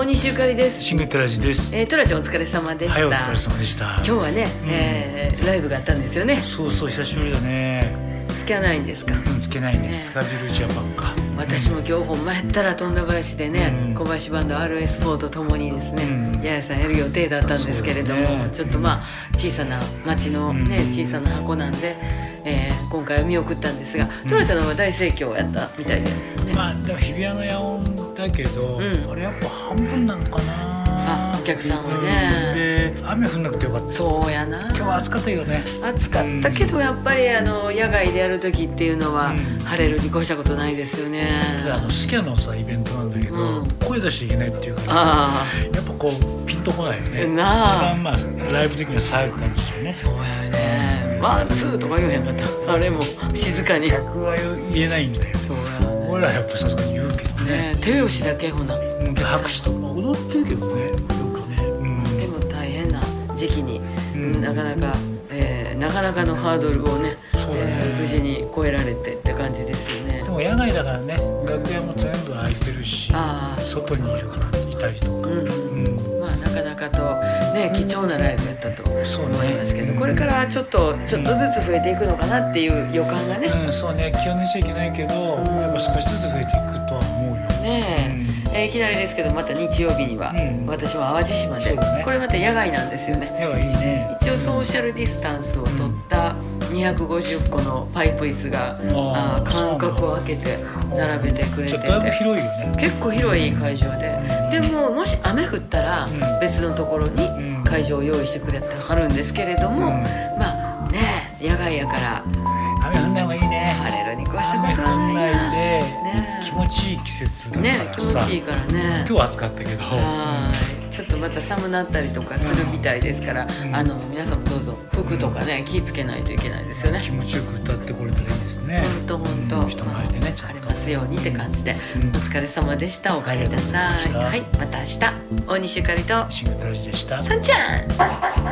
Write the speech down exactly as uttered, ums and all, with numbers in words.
西ゆかりです。 シングトラジです。 えー、トラちゃんお疲れ様でした。 はい、お疲れ様でした。 今日はね、うんえー、ライブがあったんですよね。 そうそう、久しぶりだね。 つけないんですか？ うん、つけないんです。スカビルジャパンか。 私も今日ほんまやったら富田林でね、うん、小林バンド アールエスフォー とともにですね、うん、ややさんやる予定だったんですけれども、ね、ちょっとまあ小さな町のね、うん、小さな箱なんで、えー、今回は見送ったんですが、トラちゃんの方は大盛況やったみたいで、ね、 まあでも日比谷の野音だけど、うん、あれやっぱ半分なのかな。 あ、お客さんはね、 で雨降んなくてよかった。 そうやな。 今日は暑かったよね。 暑かったけど、やっぱりあの野外でやる時っていうのは、うん、晴れるに越したことないですよね。 あのスキャのさイベントなんだけど、うん、声出しちゃいけないっていうから、あやっぱこうピンとこないよね。な一番まあライブ的には騒ぐ感じだよね。 そうやよね。ワンツーとか言うへんかった。あれも静かに。 客は言えないんだよ。そうやね。俺らやっぱさすがに言うけどね。 ね手拍子だけほな。 拍手とか踊ってるけどね。よくね。 うん、でも大変な時期に、うん、なかなか、えー、なかなかのハードルをね、そうだね、えー、無事に超えられてって感じですよね。 でも野外だからね、楽屋も全部空いてるし、あ外にいるからいたりとか、うんうん、まあなかなかとね貴重なライブやったと思いますけど、ね、これからちょっとちょっとずつ増えていくのかなっていう予感がね。 うん、そうね、気を抜いちゃいけないけど、うん、やっぱ少しずつ増えていくとは思うよ。 ねえ。えー、いきなりですけどまた日曜日には、うん、私も淡路島で、ね、これまた野外なんですよね。 野外いいね。 一応ソーシャルディスタンスを取ったにひゃくごじゅっこのパイプ椅子が、うん、あ間隔を空けて並べてくれてて、 だいぶ広いよね。 結構広い会場で、うん、でももし雨降ったら別のところに会場を用意してくれてはるんですけれども、うん、まあね野外やから雨降んない方がいいね。 晴れるに越したことはないな。 雨降んないで、ね、気持ちいい季節だからさ、 ね、気持ちいいからね。 今日は暑かったけど、 はいちょっとまた寒なったりとかするみたいですから、うん、あの皆さんもどうぞ服とかね気ぃつけないといけないですよね。 気持ちよく歌ってこれたらいいですね。 本当本当、 人前でね晴れますようにって感じで、うん、お疲れ様でした。お帰りなさい。はい、また明日大西ゆかりとシングトラジでした。 さんちゃん。